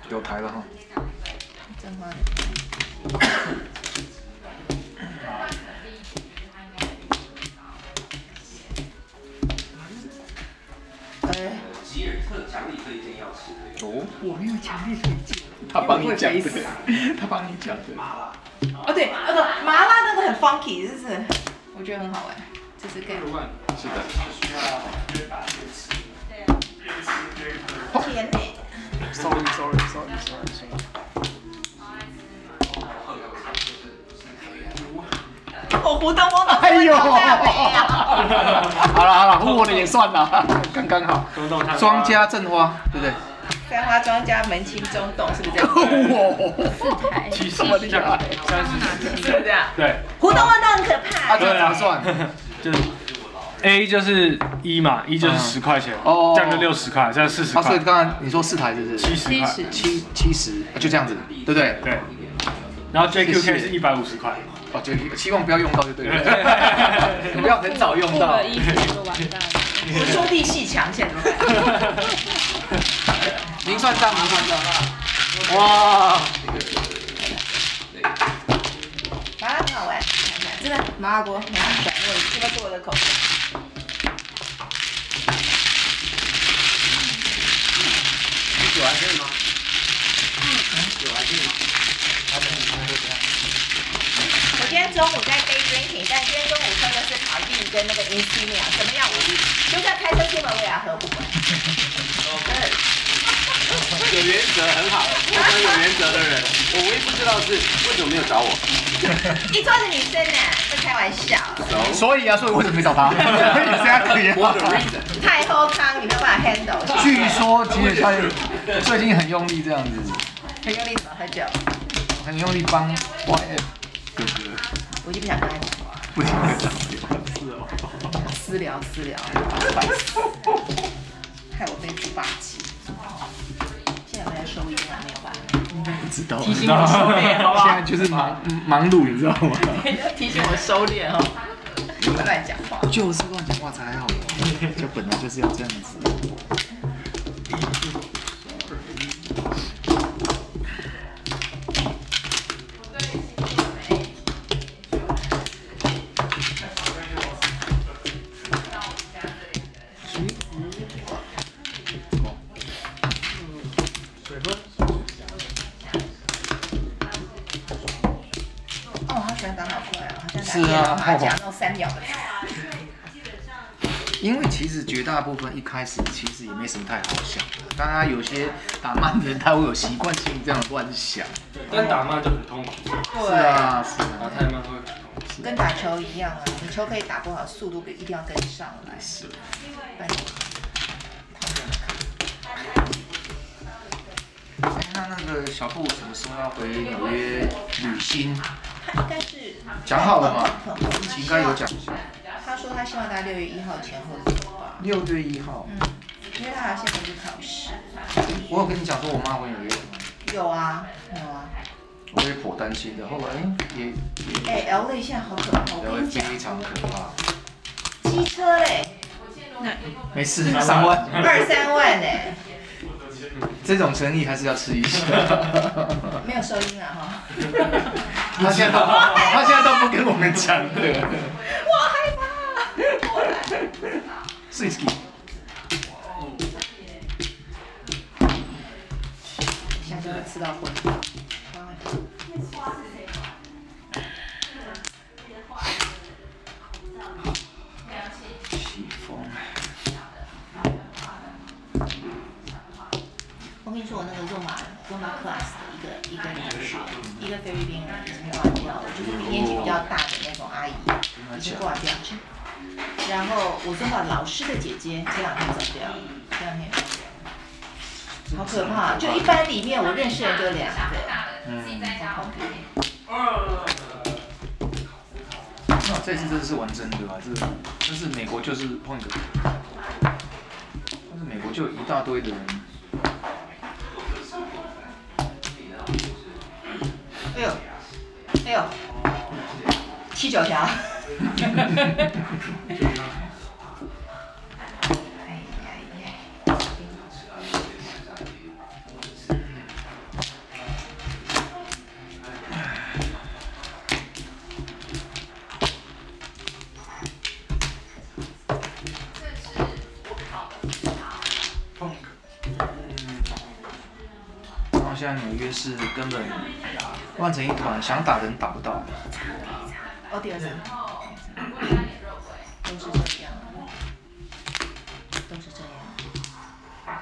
有台了哈。 真花。 吉尔特强力推荐要吃的。 哦， 我没有强烈推荐。 他帮你讲的，他帮你讲的。 麻辣。 哦对，那个麻辣那个很 funky， 就是我觉得很好玩，这是 game。 是的。 需要越打越吃。 甜呢。 Sorry。 我胡东风的。 哎呦！好了，我的也算了，刚刚好。庄家正花，对不对？ 三花庄家门清中洞，是不是这样？ 哇 70 这么厉害 30， 是不是这样？ 对。 胡东风都很可怕。 这样算？ 就是 A 就是1嘛，1就是10块钱， 哦这样就60块，这样40块。 所以刚刚你说4台是不是 70块。 70，就这样子，对不对？ 对。然后 JQK 是150块。 哦，就希望不要用到就对了，不要很早用到。 衣服就完蛋了。 我兄弟戏强，现在怎么办？ 您算账。哇！ 麻辣很好玩，真的麻辣锅很好玩，这个是我的口味。 有还可以吗？有还可以吗？ 我今天中午在 day drinking， 但今天中午喝的是卡利跟那个 Insignia， 怎么样？就算开车出门我也要喝，不管。 有原则很好，我当有原则的人。我唯一不知道是为什么没有找我。 一桌的女生呢，在开玩笑。 所以我为什么没找他？你这样可以我的 reason。 太喝汤，你没有办法 handle。 据说吉尔他最近很用力这样子， 很用力怎么喝酒？ 很用力帮 YF 哥哥。 我就不想跟他讲话。 不行， 私聊，害我被出霸气。现在有没有收音啊？没有吧？ 不知道。 提醒我收敛，好不好？ 现在就是忙碌，你知道吗？ 提醒我收敛哦，不要乱讲话。 就是乱讲话才好，就本来就是要这样子。是啊， 讲那种3秒的。 因为其实绝大部分一开始其实也没什么太好想的，当然有些打慢的人他会有习惯性这样乱想。 但打慢就很痛苦。 是啊， 打太慢会很痛苦。 跟打球一样啊，你球可以打不好，速度一定要跟上来。 是。那个小布什么时候要回纽约旅行？ 他应该是讲好了嘛，应该有讲。 他说他希望在6月1号前后走吧。 6月1号。 因为他还要先回去考试。 我有跟你讲说我妈回纽约。 有啊。 我也颇担心的，后来也。 LA 现在好可怕，我跟你讲。 非常可怕。 机车嘞。 没事，3万。 2、3万嘞。 这种诚意还是要吃一下。 没有收音啊哈。 他现在都不跟我们讲的。 我害怕。 睡死。 下次会吃到混。 起风。 我跟你说，我那个肉马 class 的一个同学，一个菲律宾人已经挂掉了，就是年纪比较大的那种阿姨，已经挂掉了。然后我说老师的姐姐这2天走掉了，这2天。好可怕！就一班里面我认识的人就2个，好恐怖。 那这次真的是玩真的啊！这是美国就是碰一个，但是美国就有一大堆的人。 哎呦，79条。 现在纽约是根本乱成一团，想打人打不到。 哦，第二层，都是这样，都是这样。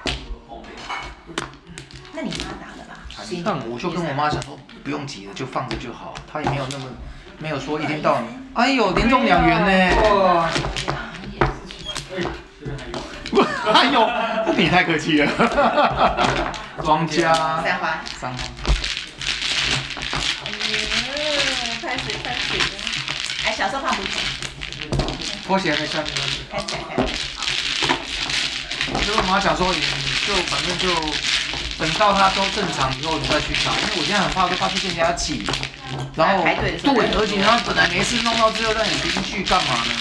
那你妈打了吧？ 但我就跟我妈讲说，不用急了，就放着就好。她也没有那么没有说一天到晚。哎呦，连中2元呢！哇！哎呦，你太客气了。庄家。 3花。 3花。 开始。哎，小时候胖不起。 拖鞋还没穿。 开始。 我跟我妈讲说，你就反正就等到它都正常以后你再去打，因为我现在很怕去跟人家挤，然后对，而且他本来没事弄到最后让你进去干嘛呢？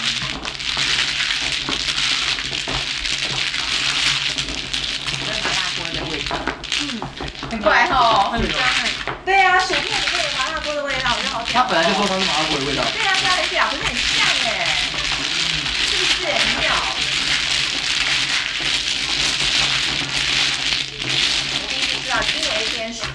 麻辣锅的味道，很怪吼，很香哎。对啊，薯片里面有麻辣锅的味道，我觉得好香。 他本来就说它是麻辣锅的味道。 对啊，很屌，可是很像哎，是不是很妙？知道惊为天使。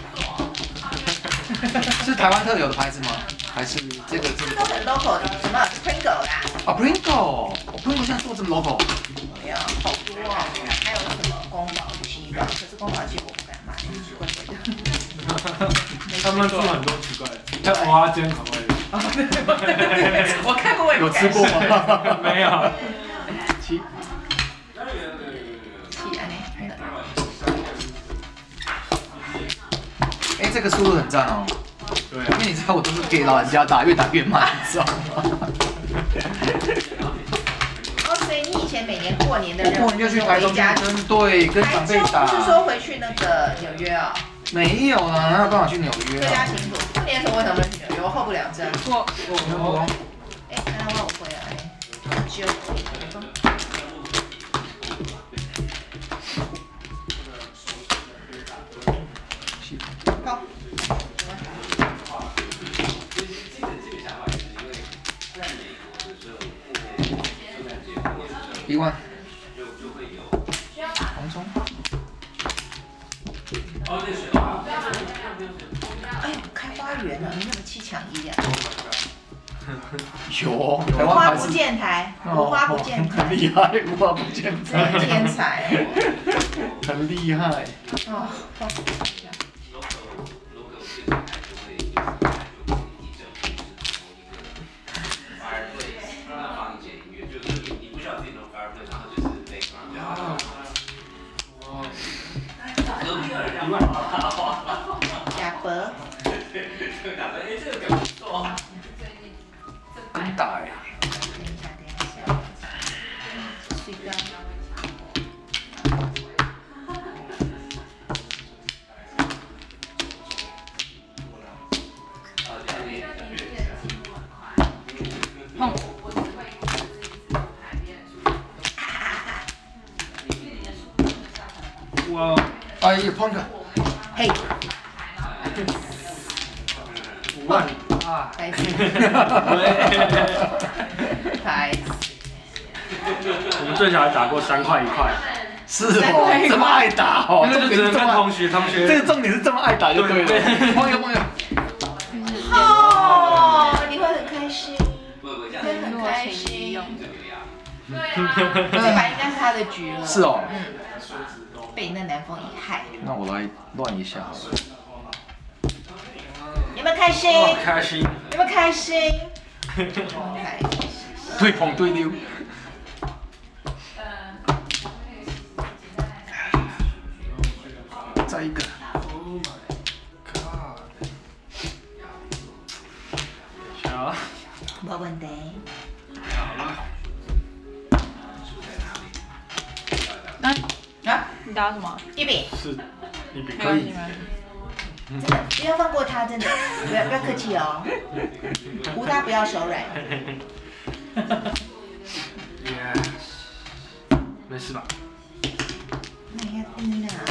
是台湾特有的牌子吗？还是这个？ 这都很 local 的，什么 Pringle 啦？ 啊 Pringle 现在做这么 local？ 没有，好多哦。还有什么宫保鸡吧？可是宫保鸡我不敢买，怪怪的。 他们做很多奇怪的，像蚵仔煎口味的。 我看过，我也不有吃过吗？ 没有。 七安尼。 哎，这个速度很赞哦。 对啊。 因为你知道我都是给老人家打，越打越慢，你知道吗？ 哦，所以你以前每年过年的任务我过年就去台中跟对跟长辈打。 不是说回去那个纽约哦？ 没有啦，哪有办法去纽约最佳清楚。过年的时候为什么去纽约？我候不了真。 我。 哎，那我回来。就。好。1万。黄葱。 哎呦，开花园了，你怎么7抢1呀？ 有， 无花不见台，无花不见台， 很厉害，无花不见台， 天才， 很厉害。 哦。假伯。 真大哎。 等一下。睡觉。碰。 哇！ 哎呀，碰个。 嘿。 5万。 啊，开心。开心。 我们最小还打过3块1块。 是哦，这么爱打哦， 那就只能跟同学。 这个重点是这么爱打就对了。朋友。 哦，你会很开心，会很开心。对啊，这把应该是他的局了。 是哦。 被你那南风一害。 那我来乱一下好了。 有没有开心？ 开心。 有没有开心？ 对捧对溜。再一个。Oh my god！ 好。 没问题。 好了。 啊？ 你打什么 ？1笔。 是。1笔可以。 真的，不要放过他，真的，不要客气哦。无他不要手软。 没事吧？ 那要低啦。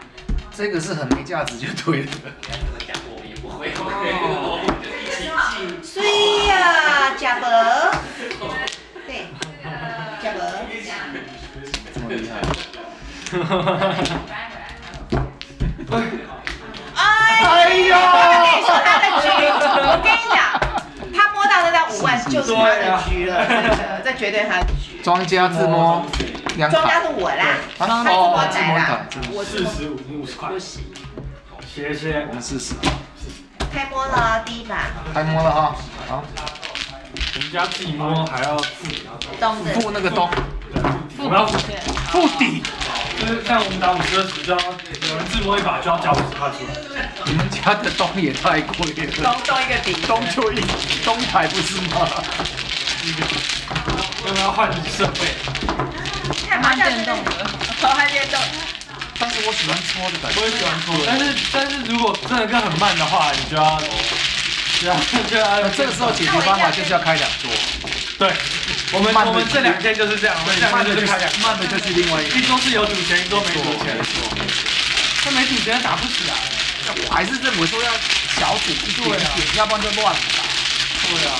这个是很没价值就对了。 我们也不会，我们就一起进。 哎呀！我跟你说他的局，我跟你讲，他摸到那张5万就是他的局了，真的，这绝对他的局。 庄家自摸2 庄家卡， 是我啦，他自摸仔啦，我 45、50块。谢谢。 我们40。 开摸了第一把。 开摸了哈，好。 人家自己摸还要付那个东， 我们要付底，就是像我们打50-20就要有人自摸一把就要交50块出来。 你们家的东也太贵了。 东一个底， 东台不是吗？ 因为要换设备。 看麻将电动的，玩电动。 但是我喜欢搓的感觉。 我也喜欢搓，但是如果真的跟很慢的话，你就要。 这个时候解决方法就是要开2桌。 对，我们这2天就是这样， 慢的就开2，慢的就去另外一桌是有赌钱，一桌没赌钱。他没赌钱打不起来。 我还是认为说要小赌一点点，要不然就乱打。 对啊。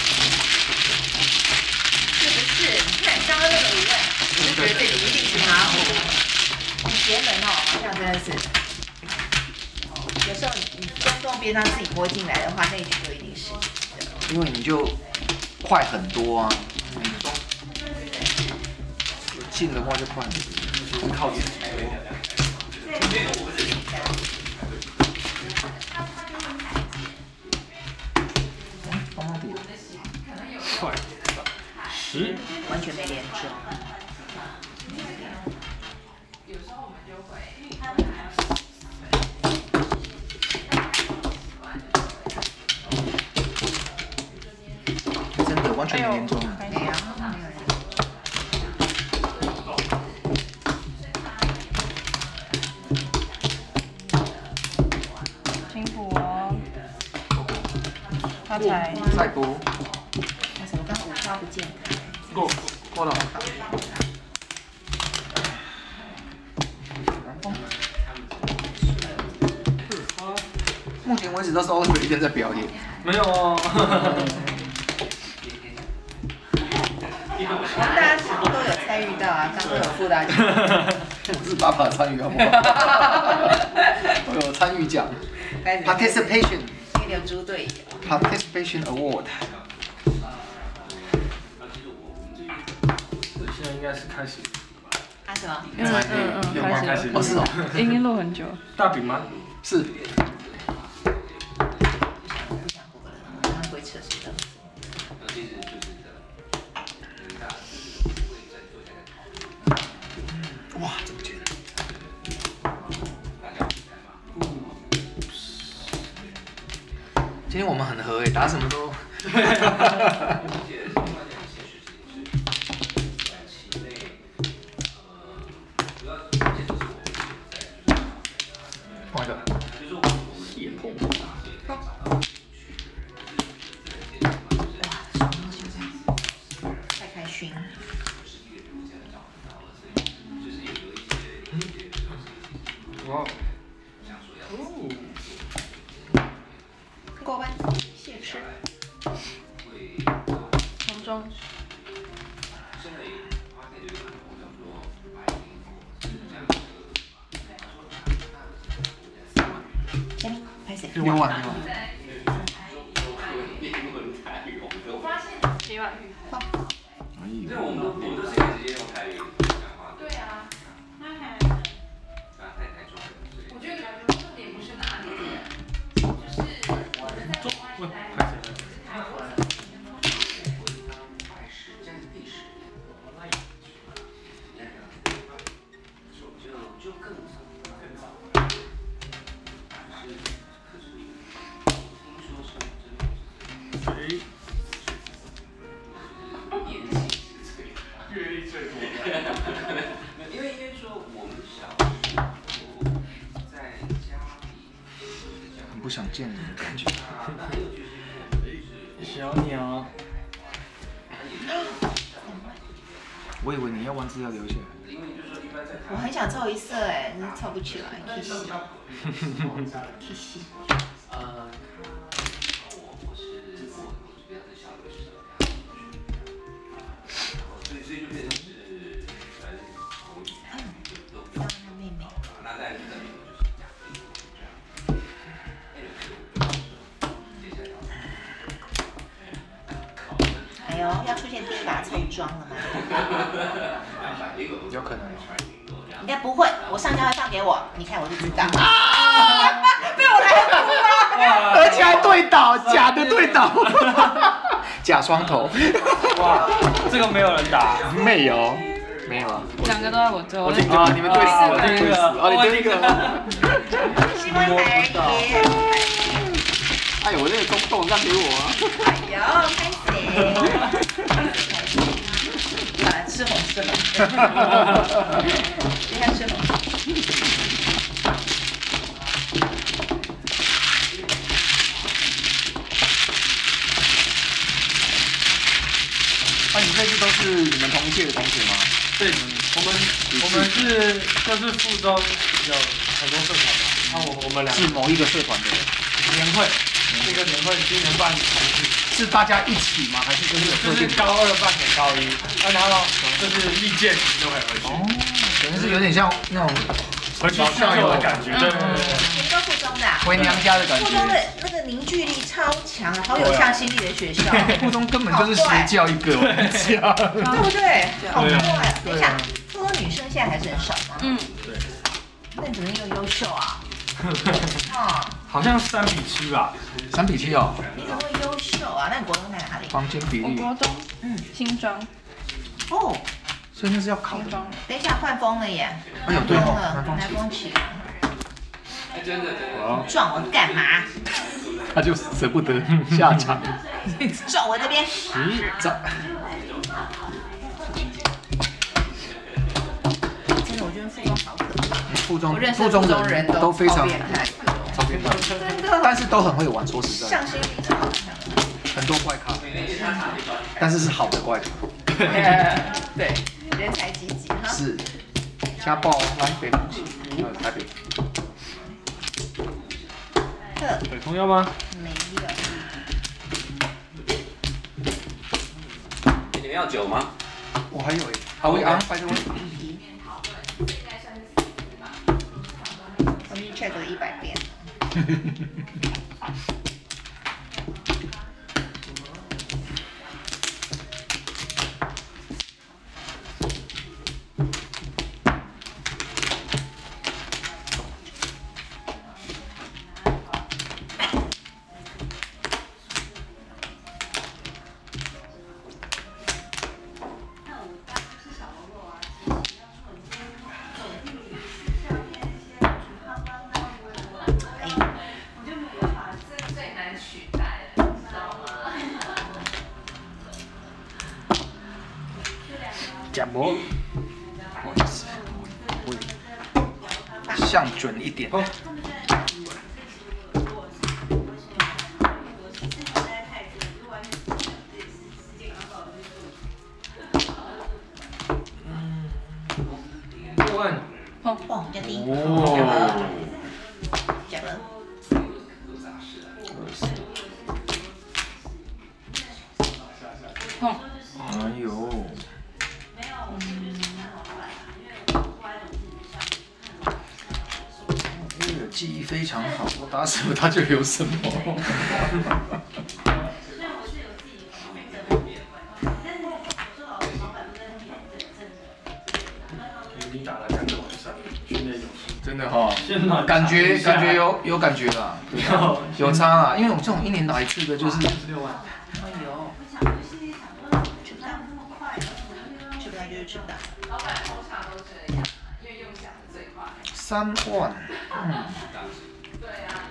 是不是？你看刚刚那个5万，我就觉得这里一定是马虎。你邪门哦，麻将真的是。有时候你中边他自己拨进来的话，那一局就一定是你的。 因为你就快很多啊，有进的话就快很多，靠近。 快10， 完全没连中。 真的完全没连中。 没有。 辛苦哦。发财。 再拨。 为什么刚5花不见？ 过了。目前为止都是Oliver一天在表演。 没有哦。 大家都有参与到啊，刚刚有付到钱。 我是爸参与好不好？我有参与奖 ，participation， 一流猪队友 ，participation award。 现在应该是开始。 啊什么？ 开始。 哦是哦。 已经录很久。 大饼吗？ 是。 不想活了，我刚刚不会测试的。 哇，怎么觉得？今天我们很合诶，打什么都。换一个。血碰。 太开心。 哇。 过关，谢吃。 黄庄。 拍谁 6万。 7万。 这我们都是可以直接用台语讲话。 对啊，那还。 太重了。 我觉得重点不是哪里，就是我们在国外待。 因为说我们小时候在家里很不想见你的感觉。 小鸟。 我以为你要玩资料留下来。 我很想凑一色哎，但是凑不起来，可惜。可惜。 哦，要出现第一把彩妆了吗？ 有可能。 应该不会，我上架会放给我，你看我就知道。啊！被我来哭了， 而且还对倒，假的对倒，假双头。 哇，这个没有人打， 没有，没有啊。 两个都在我这，我啊，你们对死，我对死，哦，你对一个。 希望来耶！ 哎呦，我这个中洞让给我啊！ 哎呦，开心！啊，吃红吃红，你看吃红。 啊，你这次都是你们同一届的同学吗？ 对，我们是就是附中有很多社团嘛，然后我们俩是某一个社团的年会，这个年会今年办3次， 是大家一起吗？还是就是高2办给高1，然后就是历届就会回去。 哦，可能是有点像那种回去校友的感觉，对。 你们都附中的、啊？ 回娘家的感觉。 附中的那个凝聚力超强，好有向心力的学校。 附中根本就是邪教一个，我跟你讲。 对不对？好怪啊！等一下，附中女生现在还是很少吗？ 嗯， 对。 那你怎么那么优秀啊？啊， 好像3:7吧 3:7哦。 你怎么会优秀啊？那你国中在哪里？ 房间比例。 我国中，新庄， 哦， 所以那是要考的。 新庄， 等一下换风了耶！ 哎呦，对哦， 南风起。 真的。 撞我干嘛？ 他就舍不得下场。 撞我这边。真的，我觉得附中好可怕。 附中人都非常变态， 超变态， 真的。 但是都很会玩，说实在， 向心力超强。 很多怪咖，但是是好的怪咖。 对，人才济济哈。 是，家暴来北部，台北。 北通要吗？ 没有。 你们要酒吗？ 我还有哎，好，we on by the way。 我已经 check 了100遍。 假模，不好意思，向准一点。 蹦比较低。 哦。 假的。 哎呦。记忆非常好，我打什么他就有什么。 你打了2个晚上，训练有素。 真的哈，感觉有感觉啦，有差啦，因为我这种1年打1次的就是 16万。 哎呦，吃不到，吃不到就是吃不到。老板通常都这样，因为用起来最快。 3万， 对啊。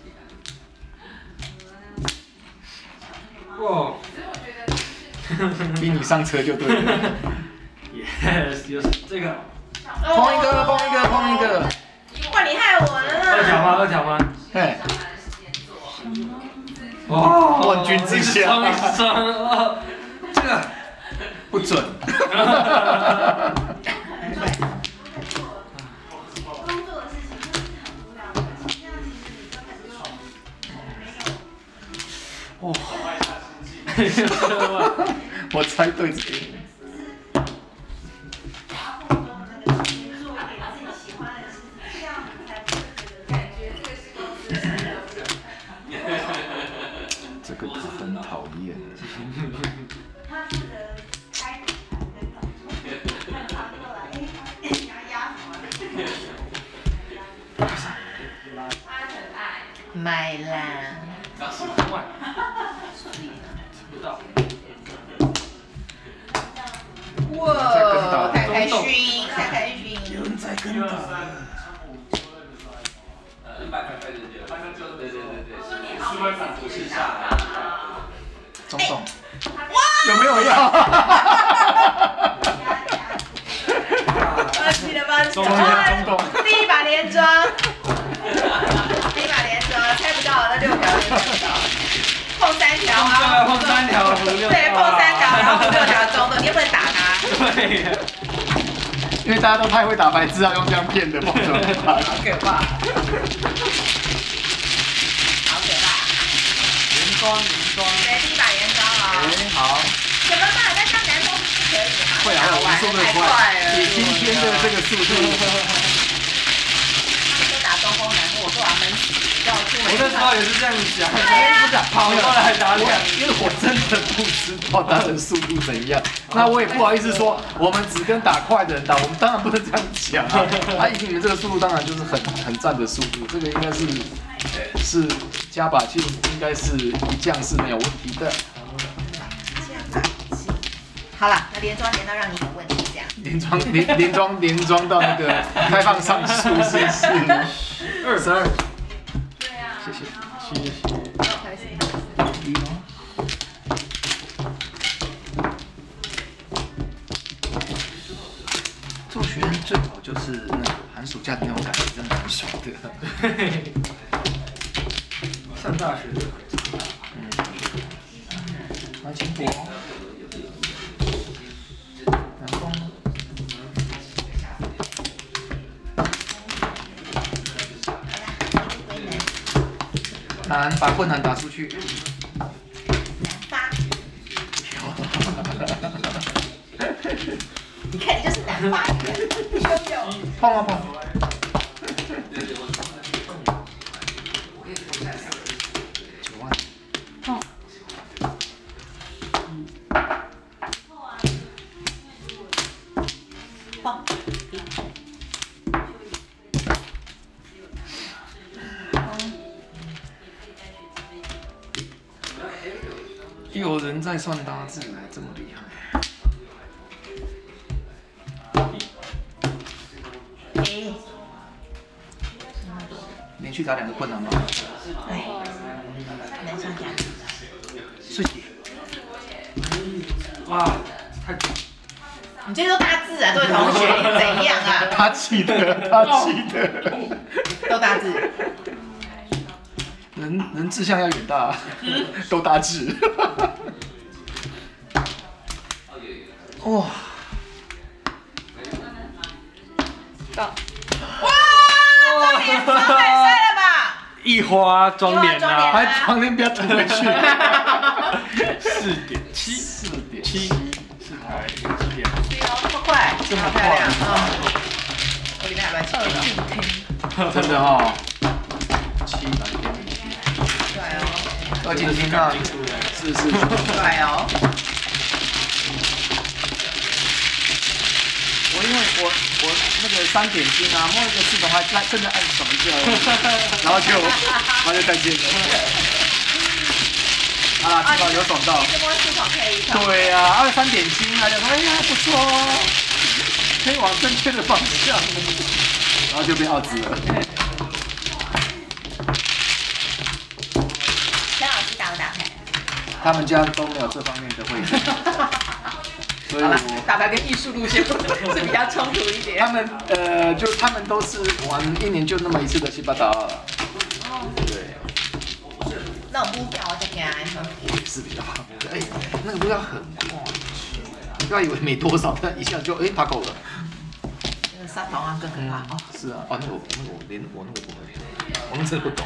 哇， 逼你上车就对了。 Yes， 有这个。 碰一个。 哇，你害我了。 2条吗？ 嘿。 哦， 万军之下。 这个不准。哦，我猜对这个。 这个他很讨厌。 买啦。哇！太开心，太开心。 有人在跟打。中洞。有没有要？ 中洞。第一把连庄。第一把连庄，猜不到那6条连庄。碰3条啊！ 碰3条， 对，碰3条，然后6条中的，你也不能打他。 对。 因为大家都太会打牌，知道用这样骗的，不可怕。 好可怕。好可怕。 连庄。 对，第一把连庄了。 好。 怎么办？那这样男生不可以吗？ 会啊，速度很快。以今天的这个速度。 都打中锋男，我说我要闷死。 我那时候也是这样想，不想跑过来打2， 因为我真的不知道他的速度怎样。那我也不好意思说，我们只跟打快的人打，我们当然不能这样讲啊。以你们这个速度当然就是很赞的速度，这个应该是加把劲，应该是一将是没有问题的。 好了，那连庄连到让你有问题这样。 连庄到那个开放上诉是22。谢谢。做学生最好就是那个寒暑假的那种感觉，真的很爽的。 上大学的。 蛮轻薄。南风。难把困难打出去。 你看你就是难发碰啊碰。9万。 碰。 碰。 有人在算大字，这么厉害。连续打2个困难吗？ 哎，难上加难。 碎点。 哇，太。 你这都大字啊，各位同学，你怎样啊？ 他记得。 都大字。 人志向要远大，都大志。哇！ 到。 哇！这脸装太帅了吧！ 一花妆脸啊， 还妆脸不要涂回去。 4.7是台7点。 这么快， 这么漂亮啊！我里面还蛮2 天，真的哈，700天。 帅哦 2天啊，是。 帅哦。 因为我那个3点金啊，摸一个4的话，正在按爽一下，然后就再见了。啊，至少有爽到。 摸4筒可以。 对呀，3点金啊，就说哎呀不错哦，可以往正确的方向，然后就变奥兹了。 陈老师打不打牌？ 他们家都没有这方面的会议。所以打牌跟艺术路线是比较冲突一点。 他们都是玩1年就那么1次的7、8打2了。对。 那种目标我再给他是比较好。那个目标很快，不要以为没多少，但一下就他够了。 那个3房更可怕哦。 是啊，那个我连我那个不会，我们真的不懂。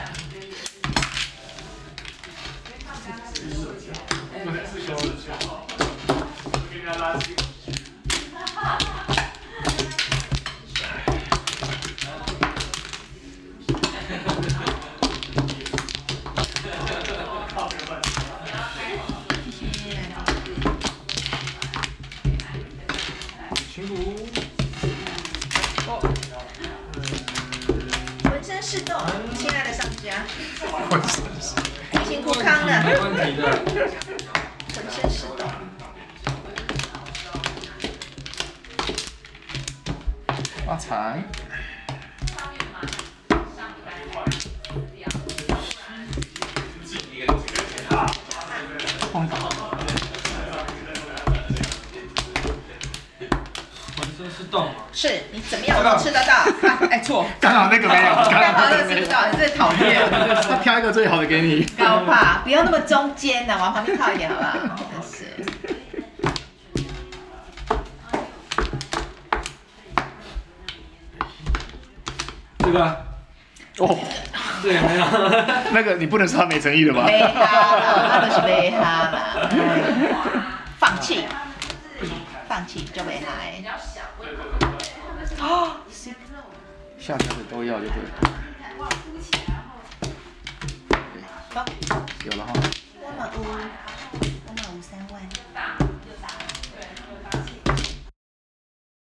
亲爱的商家，辛苦康了， 没问题的。 浑身是抖。 发财。 浑身是洞。 是你怎么样都吃得到。哎，错， 刚好那个没有， 刚好都吃不到，你真的讨厌。 他挑一个最好的给你。 高怕，不要那么中间的，往旁边靠一点好不好？真是。 这个。 哦， 这个没有。 那个你不能说他没诚意了吧？ 没哈啦，他就是没哈啦。放弃，放弃就没哈哎。哦， 下家的都要就对了。 好， 有了哈。 我嘛有3万。